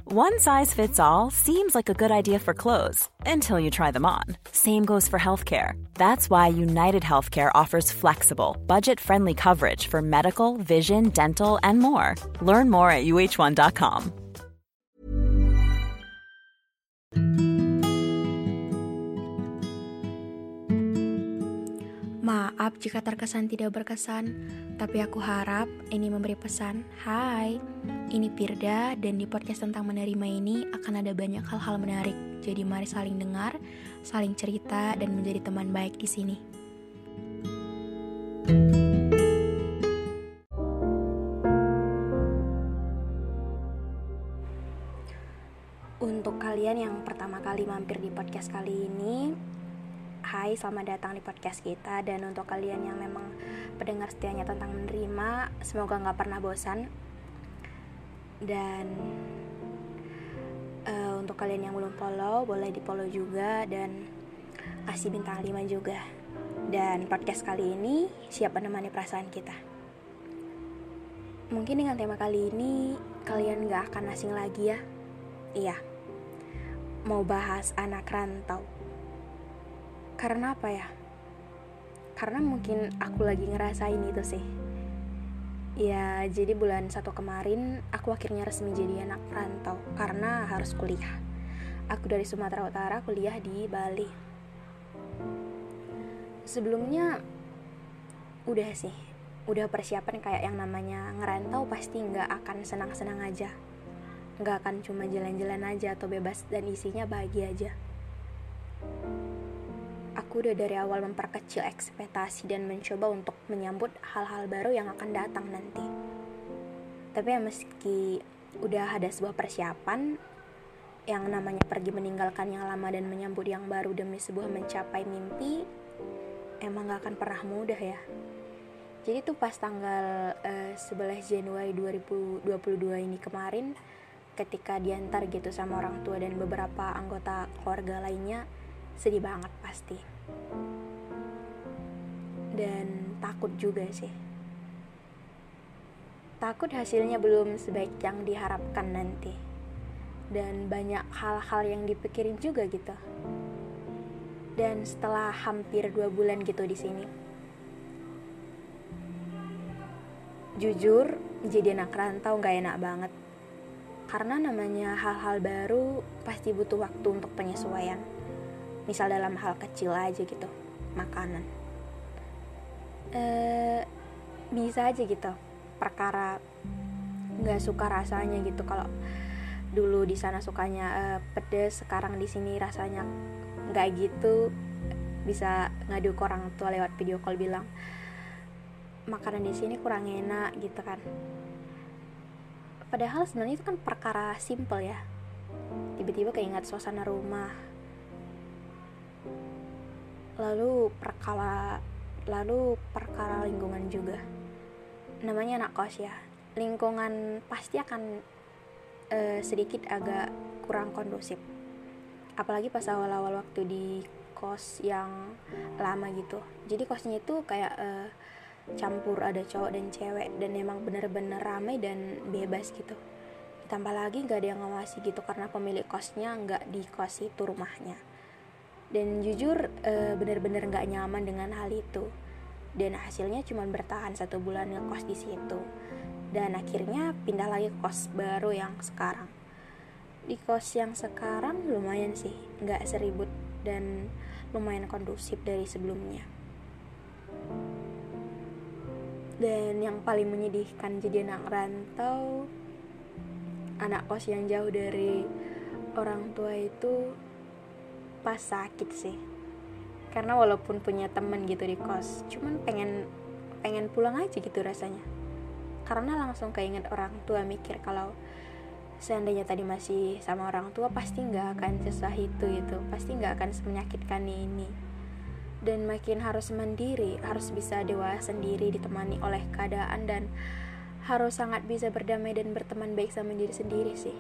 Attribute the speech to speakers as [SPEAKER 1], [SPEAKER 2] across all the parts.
[SPEAKER 1] One size fits all seems like a good idea for clothes until you try them on. Same goes for healthcare. That's why United Healthcare offers flexible, budget-friendly coverage for medical, vision, dental, and more. Learn more at uh1.com.
[SPEAKER 2] Maaf jika terkesan tidak berkesan, tapi aku harap ini memberi pesan. Hai, ini Pirda dan di podcast tentang menerima ini akan ada banyak hal-hal menarik. Jadi mari saling dengar, saling cerita dan menjadi teman baik di sini. Untuk kalian yang pertama kali mampir di podcast kali ini, hai, selamat datang di podcast kita. Dan untuk kalian yang memang pendengar setianya tentang menerima, semoga gak pernah bosan. Dan untuk kalian yang belum follow, boleh di follow juga dan kasih bintang 5 juga. Dan podcast kali ini siap menemani perasaan kita. Mungkin dengan tema kali ini kalian gak akan asing lagi ya. Iya, mau bahas anak rantau. Karena apa ya? Karena mungkin aku lagi ngerasain itu sih. Ya, jadi bulan 1 kemarin aku akhirnya resmi jadi anak rantau karena harus kuliah. Aku dari Sumatera Utara, kuliah di Bali. Sebelumnya udah persiapan kayak yang namanya ngerantau pasti gak akan senang-senang aja. Gak akan cuma jalan-jalan aja atau bebas dan isinya bahagia aja. Aku udah dari awal memperkecil ekspektasi dan mencoba untuk menyambut hal-hal baru yang akan datang nanti. Tapi ya meski udah ada sebuah persiapan, yang namanya pergi meninggalkan yang lama dan menyambut yang baru demi sebuah mencapai mimpi, emang gak akan pernah mudah ya. Jadi tuh pas tanggal 11 Januari 2022 ini kemarin, ketika diantar gitu sama orang tua dan beberapa anggota keluarga lainnya, sedih banget pasti. Dan takut juga sih. Takut hasilnya belum sebaik yang diharapkan nanti. Dan banyak hal-hal yang dipikirin juga gitu. Dan setelah hampir 2 bulan gitu di sini, jujur jadi anak rantau gak enak banget. Karena namanya hal-hal baru pasti butuh waktu untuk penyesuaian. Misal dalam hal kecil aja gitu, makanan. Bisa aja gitu, perkara nggak suka rasanya gitu. Kalau dulu di sana sukanya pedes, sekarang di sini rasanya nggak gitu. Bisa ngadu ke orang tua lewat video call bilang makanan di sini kurang enak gitu kan. Padahal sebenarnya itu kan perkara simple ya. Tiba-tiba keingat suasana rumah. Lalu perkara lingkungan juga. Namanya anak kos ya. Lingkungan pasti akan sedikit agak kurang kondusif. Apalagi pas awal-awal waktu di kos yang lama gitu. Jadi kosnya itu kayak campur, ada cowok dan cewek, dan emang bener-bener ramai dan bebas gitu. Ditambah lagi gak ada yang ngawasi gitu karena pemilik kosnya gak di kos itu rumahnya. Dan jujur benar-benar nggak nyaman dengan hal itu. Dan hasilnya cuma bertahan 1 bulan ngekos di situ. Dan akhirnya pindah lagi ke kos baru yang sekarang. Di kos yang sekarang lumayan sih, nggak seribut dan lumayan kondusif dari sebelumnya. Dan yang paling menyedihkan jadi anak rantau, anak kos yang jauh dari orang tua itu pas sakit sih. Karena walaupun punya temen gitu di kos, cuman pengen pulang aja gitu rasanya. Karena langsung keinget orang tua, mikir kalau seandainya tadi masih sama orang tua pasti gak akan susah itu gitu, pasti gak akan semenyakitkan ini. Dan makin harus mandiri, harus bisa dewasa sendiri ditemani oleh keadaan, dan harus sangat bisa berdamai dan berteman baik sama diri sendiri sih.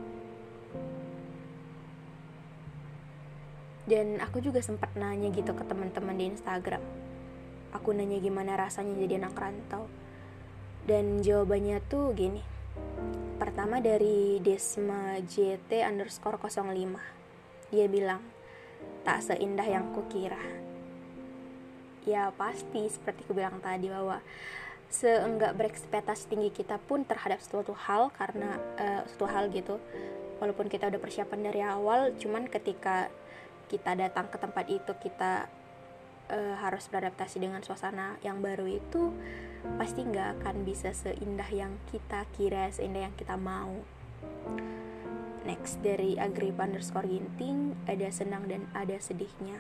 [SPEAKER 2] Dan aku juga sempat nanya gitu ke teman-teman di Instagram. Aku nanya gimana rasanya jadi anak rantau. Dan jawabannya tuh gini. pertama dari Desma JT_05. Dia bilang, tak seindah yang kukira. Ya pasti seperti ku bilang tadi, bahwa seenggak berekspektasi tinggi kita pun terhadap suatu hal, karena suatu hal gitu, walaupun kita udah persiapan dari awal, cuman ketika kita datang ke tempat itu, kita harus beradaptasi dengan suasana yang baru itu, pasti nggak akan bisa seindah yang kita kira, seindah yang kita mau. Next dari Agrip_Ginting, ada senang dan ada sedihnya.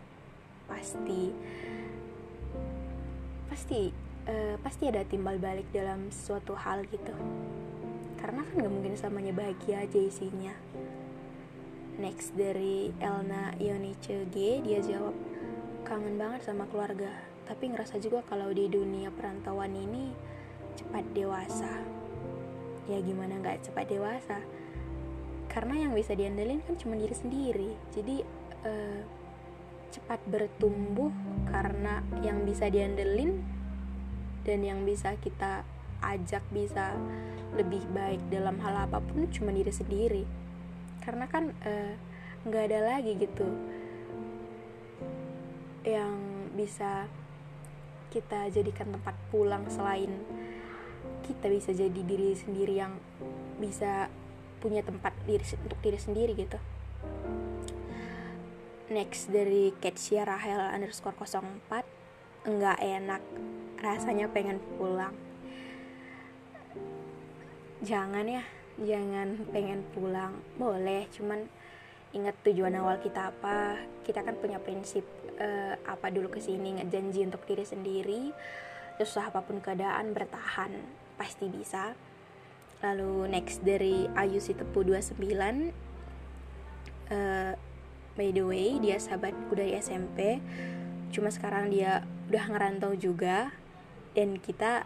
[SPEAKER 2] Pasti ada timbal balik dalam suatu hal gitu, karena kan gak mungkin selamanya bahagia aja isinya. Next dari Elna Ionice G, dia jawab, kangen banget sama keluarga, tapi ngerasa juga kalau di dunia perantauan ini cepat dewasa. Ya gimana gak cepat dewasa, karena yang bisa diandelin kan cuma diri sendiri. Jadi cepat bertumbuh karena yang bisa diandelin dan yang bisa kita ajak bisa lebih baik dalam hal apapun cuma diri sendiri. Karena kan gak ada lagi gitu yang bisa kita jadikan tempat pulang selain kita bisa jadi diri sendiri yang bisa punya tempat untuk diri sendiri gitu. Next dari Ketsia Rahel_04, enggak enak, rasanya pengen pulang. Jangan pengen pulang, boleh, cuman ingat tujuan awal kita apa. Kita kan punya prinsip apa dulu kesini, ngejanji untuk diri sendiri, susah apapun keadaan bertahan, pasti bisa. Lalu next dari Ayu Sitepu 29, by the way dia sahabatku dari SMP, cuma sekarang dia udah ngerantau juga, dan kita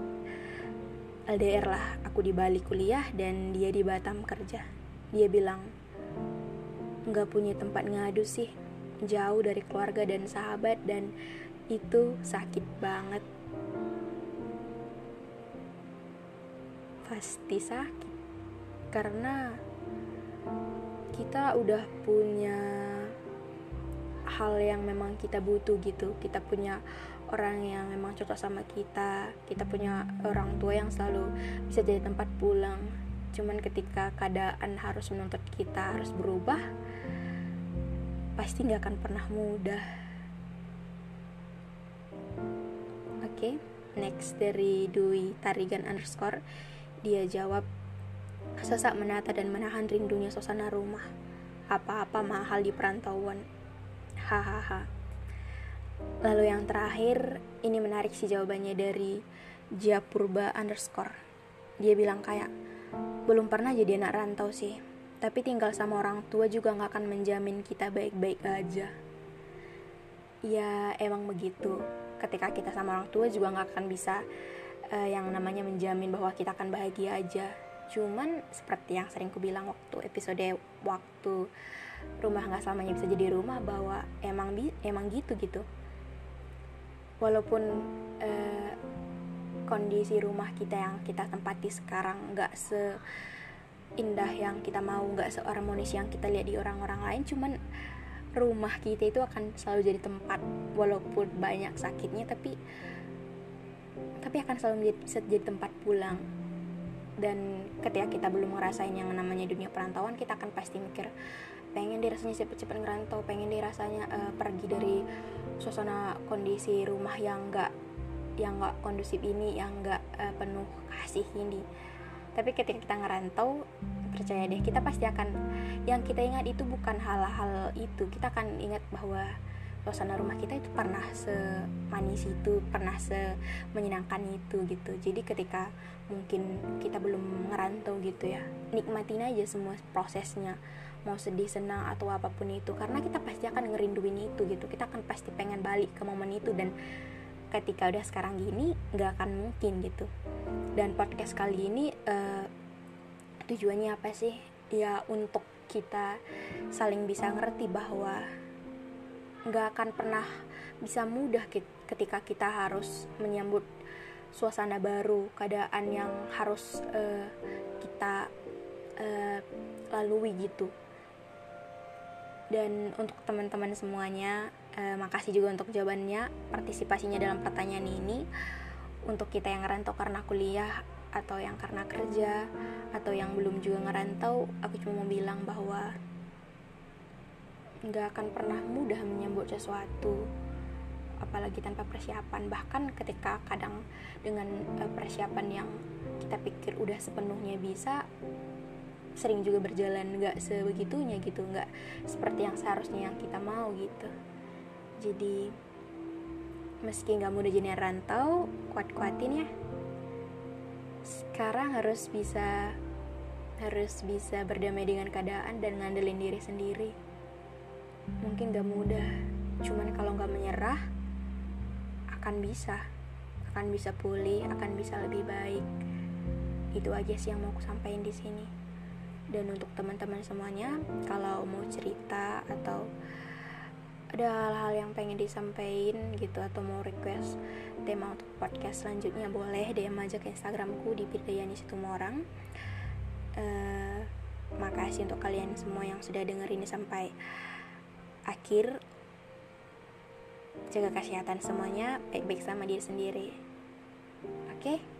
[SPEAKER 2] LDR lah. Aku di Bali kuliah dan dia di Batam kerja. Dia bilang, gak punya tempat ngadu sih, jauh dari keluarga dan sahabat, dan itu sakit banget. Pasti sakit, karena kita udah punya hal yang memang kita butuh gitu. Kita punya orang yang memang cocok sama kita. Kita punya orang tua yang selalu bisa jadi tempat pulang. Cuman ketika keadaan harus menuntut kita harus berubah, pasti gak akan pernah mudah. Oke, next dari Dwi Tarigan_, dia jawab, sesak menata dan menahan rindunya suasana rumah. Apa-apa mahal di perantauan. Hahaha. Lalu yang terakhir, ini menarik sih jawabannya, dari Japurba_. Dia bilang kayak, belum pernah jadi anak rantau sih, tapi tinggal sama orang tua juga gak akan menjamin kita baik-baik aja. Ya emang begitu, ketika kita sama orang tua juga gak akan bisa yang namanya menjamin bahwa kita akan bahagia aja. Cuman seperti yang sering ku bilang waktu episode rumah gak selamanya bisa jadi rumah, bahwa emang gitu. Walaupun kondisi rumah kita yang kita tempati sekarang gak seindah yang kita mau, gak seharmonis yang kita lihat di orang-orang lain, cuman rumah kita itu akan selalu jadi tempat, walaupun banyak sakitnya, tapi akan selalu bisa jadi tempat pulang. Dan ketika kita belum ngerasain yang namanya dunia perantauan, kita akan pasti mikir, pengen deh rasanya cepet-cepet ngerantau, pengen deh rasanya pergi dari suasana kondisi rumah yang gak kondusif ini, yang gak penuh kasih ini. Tapi ketika kita ngerantau, percaya deh, kita pasti akan, yang kita ingat itu bukan hal-hal itu. Kita akan ingat bahwa suasana rumah kita itu pernah semanis itu, pernah semenyenangkan itu gitu. Jadi ketika mungkin kita belum ngerantau gitu ya, nikmatin aja semua prosesnya, mau sedih, senang, atau apapun itu, karena kita pasti akan ngerinduin itu gitu. Kita akan pasti pengen balik ke momen itu, dan ketika udah sekarang gini gak akan mungkin gitu. Dan podcast kali ini tujuannya apa sih? Ya untuk kita saling bisa ngerti bahwa gak akan pernah bisa mudah ketika kita harus menyambut suasana baru, keadaan yang harus kita lalui gitu. Dan untuk teman-teman semuanya, makasih juga untuk jawabannya, partisipasinya dalam pertanyaan ini. Untuk kita yang ngerantau karena kuliah, atau yang karena kerja, atau yang belum juga ngerantau, aku cuma mau bilang bahwa gak akan pernah mudah menyambut sesuatu, apalagi tanpa persiapan. Bahkan ketika kadang dengan persiapan yang kita pikir udah sepenuhnya bisa, sering juga berjalan gak sebegitunya gitu, gak seperti yang seharusnya yang kita mau gitu. Jadi meski gak mudah jadi rantau, kuat-kuatin ya. Sekarang harus bisa berdamai dengan keadaan dan ngandelin diri sendiri. Mungkin gak mudah, cuman kalau gak menyerah, akan bisa pulih, akan bisa lebih baik. Itu aja sih yang mau aku sampaikan di sini. Dan untuk teman-teman semuanya, kalau mau cerita atau ada hal-hal yang pengen disampaikan gitu, atau mau request tema untuk podcast selanjutnya, boleh DM aja ke Instagramku di Pirdayani Situmorang. Makasih untuk kalian semua yang sudah dengerin ini sampai akhir. Jaga kesehatan semuanya, baik-baik sama diri sendiri. Oke?